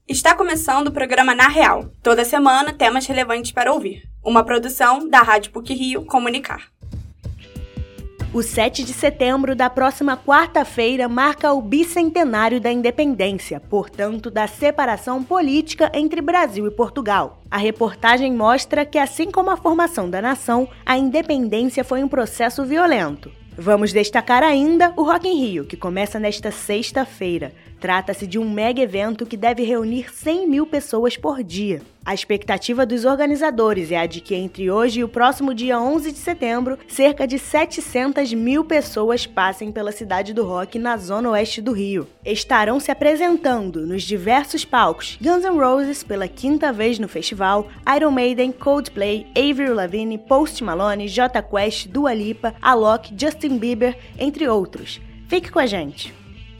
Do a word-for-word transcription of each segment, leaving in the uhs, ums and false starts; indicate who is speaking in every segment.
Speaker 1: Está começando o programa Na Real. Toda semana, temas relevantes para ouvir. Uma produção da Rádio P U C Rio Comunicar.
Speaker 2: O sete de setembro da próxima quarta-feira marca o bicentenário da independência, portanto, da separação política entre Brasil e Portugal. A reportagem mostra que, assim como a formação da nação, a independência foi um processo violento. Vamos destacar ainda o Rock in Rio, que começa nesta sexta-feira. Trata-se de um mega evento que deve reunir cem mil pessoas por dia. A expectativa dos organizadores é a de que entre hoje e o próximo dia onze de setembro, cerca de setecentas mil pessoas passem pela cidade do rock na zona oeste do Rio. Estarão se apresentando nos diversos palcos Guns N' Roses pela quinta vez no festival, Iron Maiden, Coldplay, Avril Lavigne, Post Malone, Jota Quest, Dua Lipa, Alok, Justin Bieber, entre outros. Fique com a gente!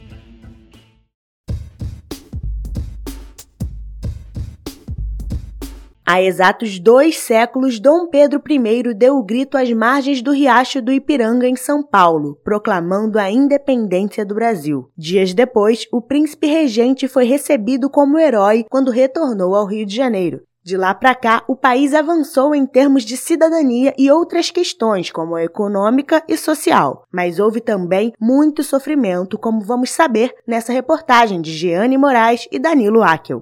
Speaker 2: Há exatos dois séculos, Dom Pedro I deu o grito às margens do Riacho do Ipiranga, em São Paulo, proclamando a independência do Brasil. Dias depois, o príncipe regente foi recebido como herói quando retornou ao Rio de Janeiro. De lá para cá, o país avançou em termos de cidadania e outras questões, como a econômica e social. Mas houve também muito sofrimento, como vamos saber nessa reportagem de Jeane Moraes e Danilo Akel.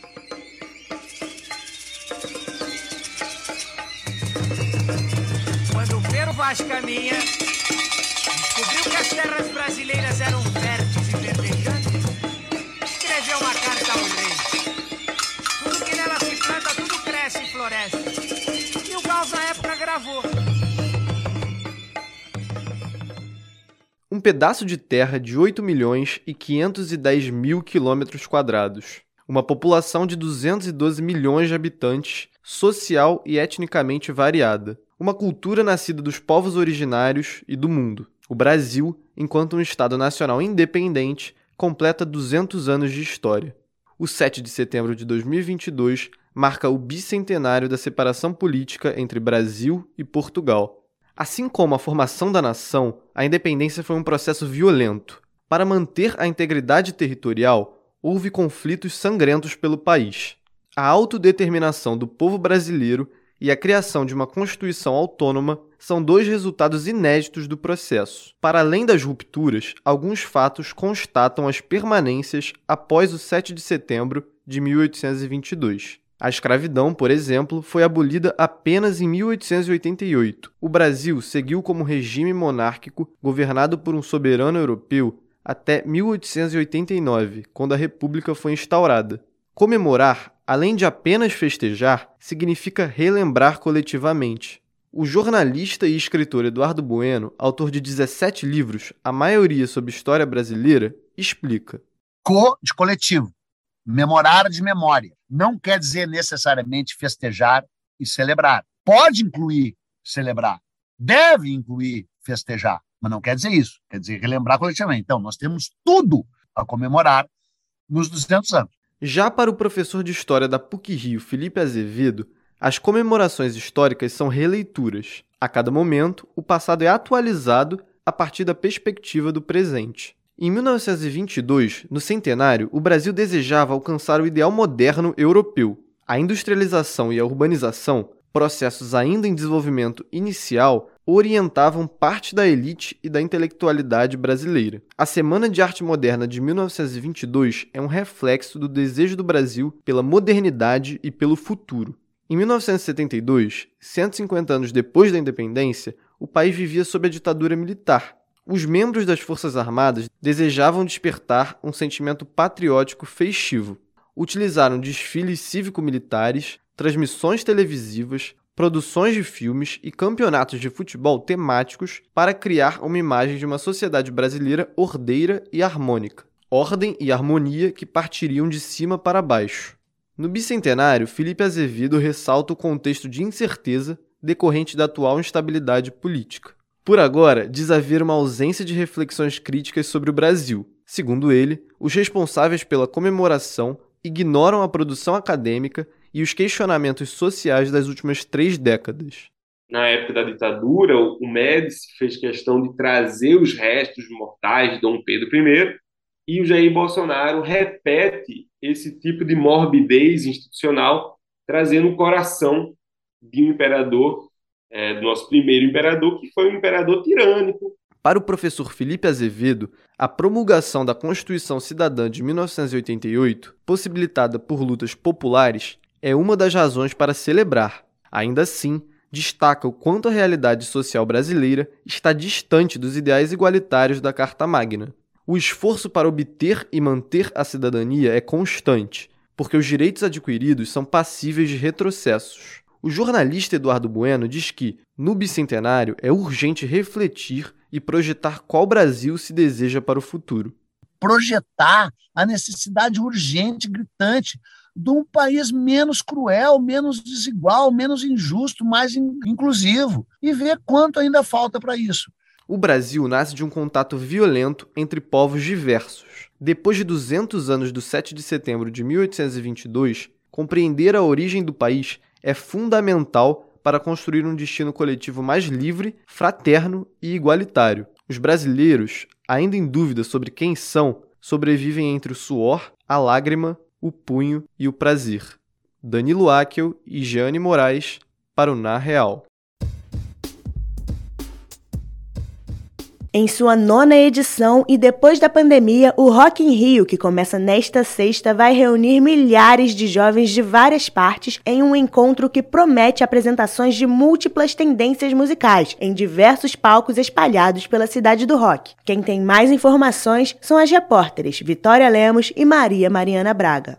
Speaker 3: Vaz Caminha descobriu que as terras brasileiras eram férteis e verdejantes, escreveu uma carta ao rei. Tudo que nela se planta, tudo cresce e floresce. E o Gauss, na época, gravou.
Speaker 4: Um pedaço de terra de oito milhões e quinhentos e dez mil quilômetros quadrados. Uma população de duzentos e doze milhões de habitantes, social e etnicamente variada. Uma cultura nascida dos povos originários e do mundo. O Brasil, enquanto um Estado nacional independente, completa duzentos anos de história. O sete de setembro de dois mil e vinte e dois marca o bicentenário da separação política entre Brasil e Portugal. Assim como a formação da nação, a independência foi um processo violento. Para manter a integridade territorial, houve conflitos sangrentos pelo país. A autodeterminação do povo brasileiro e a criação de uma Constituição autônoma são dois resultados inéditos do processo. Para além das rupturas, alguns fatos constatam as permanências após o sete de setembro de mil oitocentos e vinte e dois. A escravidão, por exemplo, foi abolida apenas em mil oitocentos e oitenta e oito. O Brasil seguiu como regime monárquico governado por um soberano europeu até mil oitocentos e oitenta e nove, quando a República foi instaurada. Comemorar, além de apenas festejar, significa relembrar coletivamente. O jornalista e escritor Eduardo Bueno, autor de dezessete livros, a maioria sobre história brasileira, explica.
Speaker 5: Co de coletivo, memorar de memória. Não quer dizer necessariamente festejar e celebrar. Pode incluir celebrar, deve incluir festejar, mas não quer dizer isso. Quer dizer relembrar coletivamente. Então, nós temos tudo a comemorar nos duzentos anos.
Speaker 4: Já para o professor de História da P U C Rio, Felipe Azevedo, as comemorações históricas são releituras. A cada momento, o passado é atualizado a partir da perspectiva do presente. Em mil novecentos e vinte e dois, no centenário, o Brasil desejava alcançar o ideal moderno europeu. A industrialização e a urbanização, processos ainda em desenvolvimento inicial, orientavam parte da elite e da intelectualidade brasileira. A Semana de Arte Moderna de mil novecentos e vinte e dois é um reflexo do desejo do Brasil pela modernidade e pelo futuro. Em mil novecentos e setenta e dois, cento e cinquenta anos depois da independência, o país vivia sob a ditadura militar. Os membros das Forças Armadas desejavam despertar um sentimento patriótico festivo. Utilizaram desfiles cívico-militares, transmissões televisivas, produções de filmes e campeonatos de futebol temáticos para criar uma imagem de uma sociedade brasileira ordeira e harmônica. Ordem e harmonia que partiriam de cima para baixo. No bicentenário, Felipe Azevedo ressalta o contexto de incerteza decorrente da atual instabilidade política. Por agora, diz haver uma ausência de reflexões críticas sobre o Brasil. Segundo ele, os responsáveis pela comemoração ignoram a produção acadêmica e os questionamentos sociais das últimas três décadas.
Speaker 6: Na época da ditadura, o Médici fez questão de trazer os restos mortais de Dom Pedro I, e o Jair Bolsonaro repete esse tipo de morbidez institucional, trazendo o coração de um imperador, é, do nosso primeiro imperador, que foi um imperador tirânico.
Speaker 4: Para o professor Felipe Azevedo, a promulgação da Constituição Cidadã de mil novecentos e oitenta e oito, possibilitada por lutas populares, é uma das razões para celebrar. Ainda assim, destaca o quanto a realidade social brasileira está distante dos ideais igualitários da Carta Magna. O esforço para obter e manter a cidadania é constante, porque os direitos adquiridos são passíveis de retrocessos. O jornalista Eduardo Bueno diz que, no bicentenário, é urgente refletir e projetar qual Brasil se deseja para o futuro.
Speaker 5: Projetar a necessidade urgente, gritante, de um país menos cruel, menos desigual, menos injusto, mais inclusivo, e ver quanto ainda falta para isso.
Speaker 4: O Brasil nasce de um contato violento entre povos diversos. Depois de duzentos anos do sete de setembro de mil oitocentos e vinte e dois, compreender a origem do país é fundamental para construir um destino coletivo mais livre, fraterno e igualitário. Os brasileiros, ainda em dúvida sobre quem são, sobrevivem entre o suor, a lágrima, o punho e o prazer. Danilo Akel e Jeane Moraes para o Na Real.
Speaker 2: Em sua nona edição e depois da pandemia, o Rock in Rio, que começa nesta sexta, vai reunir milhares de jovens de várias partes em um encontro que promete apresentações de múltiplas tendências musicais em diversos palcos espalhados pela cidade do rock. Quem tem mais informações são as repórteres Vitória Lemos e Maria Mariana Braga.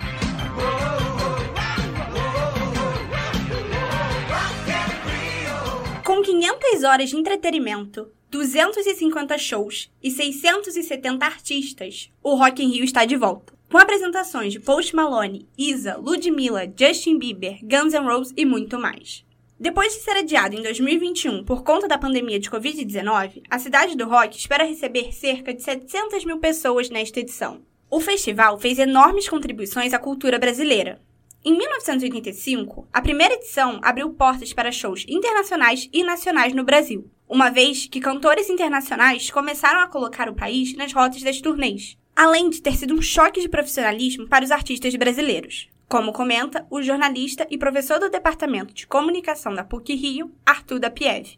Speaker 1: Com quinhentas horas de entretenimento, duzentos e cinquenta shows e seiscentos e setenta artistas, o Rock in Rio está de volta. Com apresentações de Post Malone, Isa, Ludmilla, Justin Bieber, Guns N' Roses e muito mais. Depois de ser adiado em dois mil e vinte e um por conta da pandemia de covid dezenove, a cidade do rock espera receber cerca de setecentas mil pessoas nesta edição. O festival fez enormes contribuições à cultura brasileira. Em mil novecentos e oitenta e cinco, a primeira edição abriu portas para shows internacionais e nacionais no Brasil, uma vez que cantores internacionais começaram a colocar o país nas rotas das turnês, além de ter sido um choque de profissionalismo para os artistas brasileiros, como comenta o jornalista e professor do Departamento de Comunicação da PUC-Rio, Arthur da Pieve.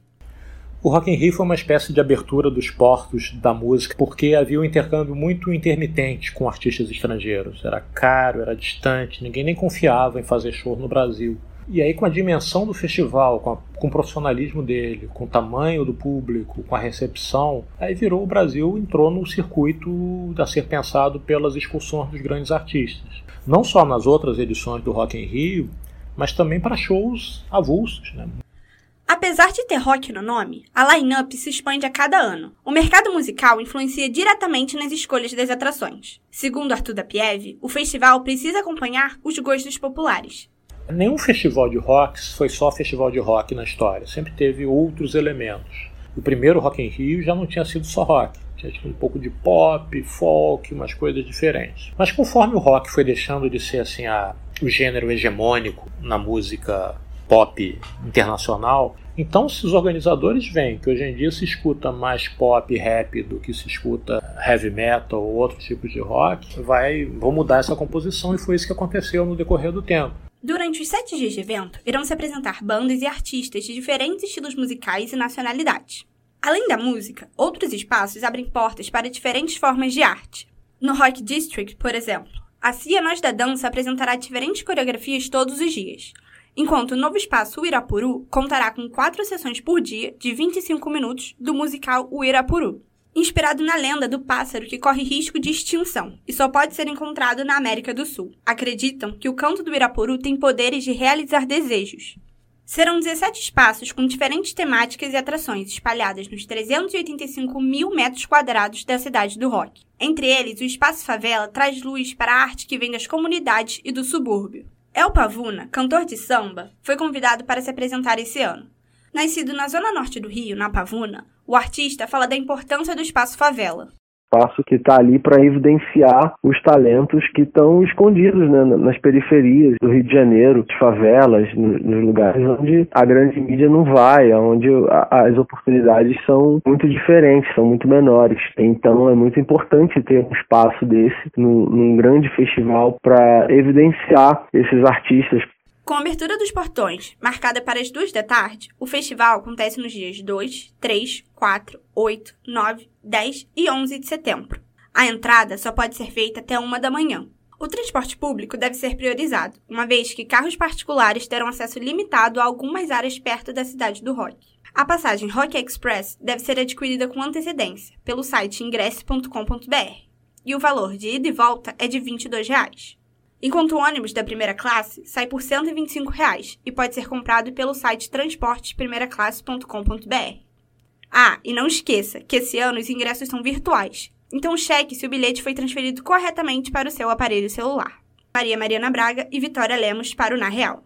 Speaker 7: O Rock in Rio foi uma espécie de abertura dos portos da música, porque havia um intercâmbio muito intermitente com artistas estrangeiros. Era caro, era distante, ninguém nem confiava em fazer show no Brasil. E aí, com a dimensão do festival, com, a, com o profissionalismo dele, com o tamanho do público, com a recepção, aí virou o Brasil, entrou no circuito a ser pensado pelas excursões dos grandes artistas. Não só nas outras edições do Rock in Rio, mas também para shows avulsos, né?
Speaker 1: Apesar de ter rock no nome, a line-up se expande a cada ano. O mercado musical influencia diretamente nas escolhas das atrações. Segundo Arthur da Pieve, o festival precisa acompanhar os gostos populares.
Speaker 7: Nenhum festival de rock foi só festival de rock na história, sempre teve outros elementos. O primeiro Rock in Rio já não tinha sido só rock, tinha tido um pouco de pop, folk, umas coisas diferentes. Mas conforme o rock foi deixando de ser assim, a, o gênero hegemônico na música pop internacional, então se os organizadores veem que hoje em dia se escuta mais pop e rap do que se escuta heavy metal ou outros tipos de rock, vai, vão mudar essa composição, e foi isso que aconteceu no decorrer do tempo.
Speaker 1: Durante os sete dias de evento, irão se apresentar bandas e artistas de diferentes estilos musicais e nacionalidades. Além da música, outros espaços abrem portas para diferentes formas de arte. No Rock District, por exemplo, a Cia Nós da Dança apresentará diferentes coreografias todos os dias, enquanto o novo espaço O Irapuru contará com quatro sessões por dia de vinte e cinco minutos do musical O Irapuru, inspirado na lenda do pássaro que corre risco de extinção e só pode ser encontrado na América do Sul. Acreditam que o canto do Irapuru tem poderes de realizar desejos. Serão dezessete espaços com diferentes temáticas e atrações espalhadas nos trezentos e oitenta e cinco mil metros quadrados da cidade do rock. Entre eles, o Espaço Favela traz luz para a arte que vem das comunidades e do subúrbio. El Pavuna, cantor de samba, foi convidado para se apresentar esse ano. Nascido na zona norte do Rio, na Pavuna, o artista fala da importância do Espaço Favela.
Speaker 8: espaço que está ali para evidenciar os talentos que estão escondidos, né, nas periferias do Rio de Janeiro, de favelas, nos lugares onde a grande mídia não vai, onde as oportunidades são muito diferentes, são muito menores. Então é muito importante ter um espaço desse num, num grande festival para evidenciar esses artistas.
Speaker 1: Com a abertura dos portões, marcada para as duas da tarde, o festival acontece nos dias dois, três, quatro, oito, nove, dez e onze de setembro. A entrada só pode ser feita até uma da manhã. O transporte público deve ser priorizado, uma vez que carros particulares terão acesso limitado a algumas áreas perto da cidade do rock. A passagem Rock Express deve ser adquirida com antecedência pelo site ingresse ponto com ponto b r e o valor de ida e volta é de vinte e dois reais. Enquanto o ônibus da primeira classe sai por cento e vinte e cinco reais e pode ser comprado pelo site transportes primeira classe ponto com ponto b r. Ah, e não esqueça que esse ano os ingressos são virtuais, então cheque se o bilhete foi transferido corretamente para o seu aparelho celular. Maria Mariana Braga e Vitória Lemos para o Na Real.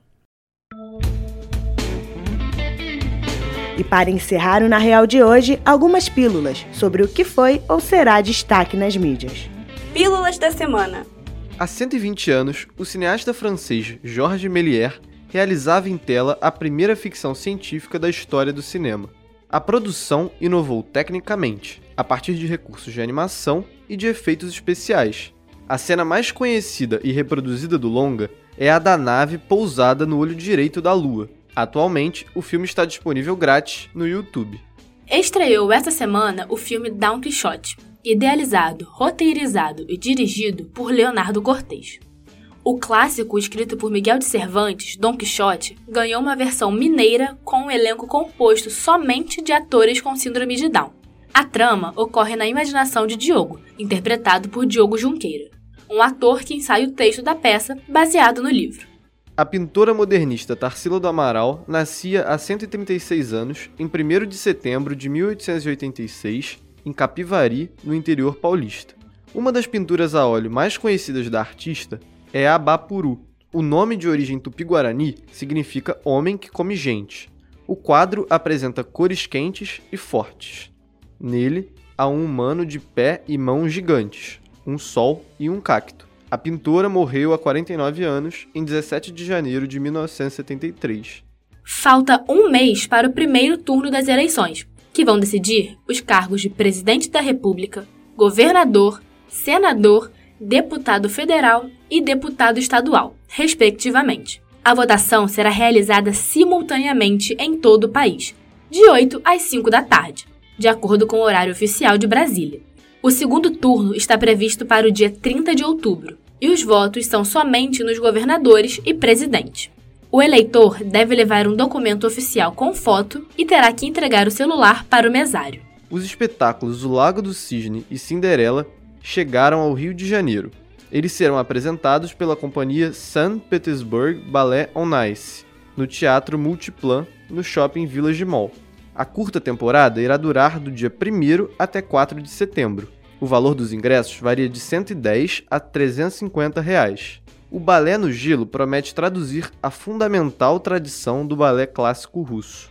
Speaker 2: E para encerrar o Na Real de hoje, algumas pílulas sobre o que foi ou será destaque nas mídias.
Speaker 1: Pílulas da semana.
Speaker 4: Há cento e vinte anos, o cineasta francês Georges Méliès realizava em tela a primeira ficção científica da história do cinema. A produção inovou tecnicamente, a partir de recursos de animação e de efeitos especiais. A cena mais conhecida e reproduzida do longa é a da nave pousada no olho direito da Lua. Atualmente, o filme está disponível grátis no YouTube.
Speaker 9: Estreou esta semana o filme Don Quixote, idealizado, roteirizado e dirigido por Leonardo Cortés. O clássico, escrito por Miguel de Cervantes, Don Quixote, ganhou uma versão mineira com um elenco composto somente de atores com síndrome de Down. A trama ocorre na imaginação de Diogo, interpretado por Diogo Junqueira, um ator que ensaia o texto da peça baseado no livro.
Speaker 4: A pintora modernista Tarsila do Amaral nascia há cento e trinta e seis anos, em primeiro de setembro de mil oitocentos e oitenta e seis, em Capivari, no interior paulista. Uma das pinturas a óleo mais conhecidas da artista é Abapuru. O nome de origem tupi-guarani significa homem que come gente. O quadro apresenta cores quentes e fortes. Nele, há um humano de pé e mãos gigantes, um sol e um cacto. A pintora morreu há quarenta e nove anos, em dezessete de janeiro de mil novecentos e setenta e três.
Speaker 9: Falta um mês para o primeiro turno das eleições, que vão decidir os cargos de presidente da República, governador, senador, deputado federal e deputado estadual, respectivamente. A votação será realizada simultaneamente em todo o país, de oito às cinco da tarde, de acordo com o horário oficial de Brasília. O segundo turno está previsto para o dia trinta de outubro, e os votos são somente nos governadores e presidente. O eleitor deve levar um documento oficial com foto e terá que entregar o celular para o mesário.
Speaker 4: Os espetáculos O Lago do Cisne e Cinderela chegaram ao Rio de Janeiro. Eles serão apresentados pela companhia Saint Petersburg Ballet on Ice, no Teatro Multiplan, no Shopping Village Mall. A curta temporada irá durar do dia primeiro até quatro de setembro. O valor dos ingressos varia de cento e dez a trezentos e cinquenta reais. O balé no gelo promete traduzir a fundamental tradição do balé clássico russo.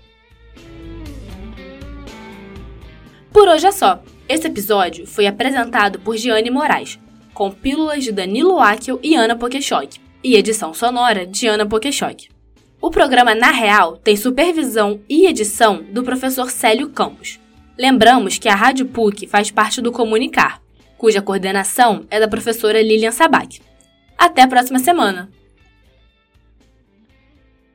Speaker 9: Por hoje é só. Esse episódio foi apresentado por Giane Moraes, com pílulas de Danilo Akel e Ana Pokeshock, e edição sonora de Ana Pokeshock. O programa Na Real tem supervisão e edição do professor Célio Campos. Lembramos que a Rádio P U C faz parte do Comunicar, cuja coordenação é da professora Lilian Sabac. Até a próxima semana!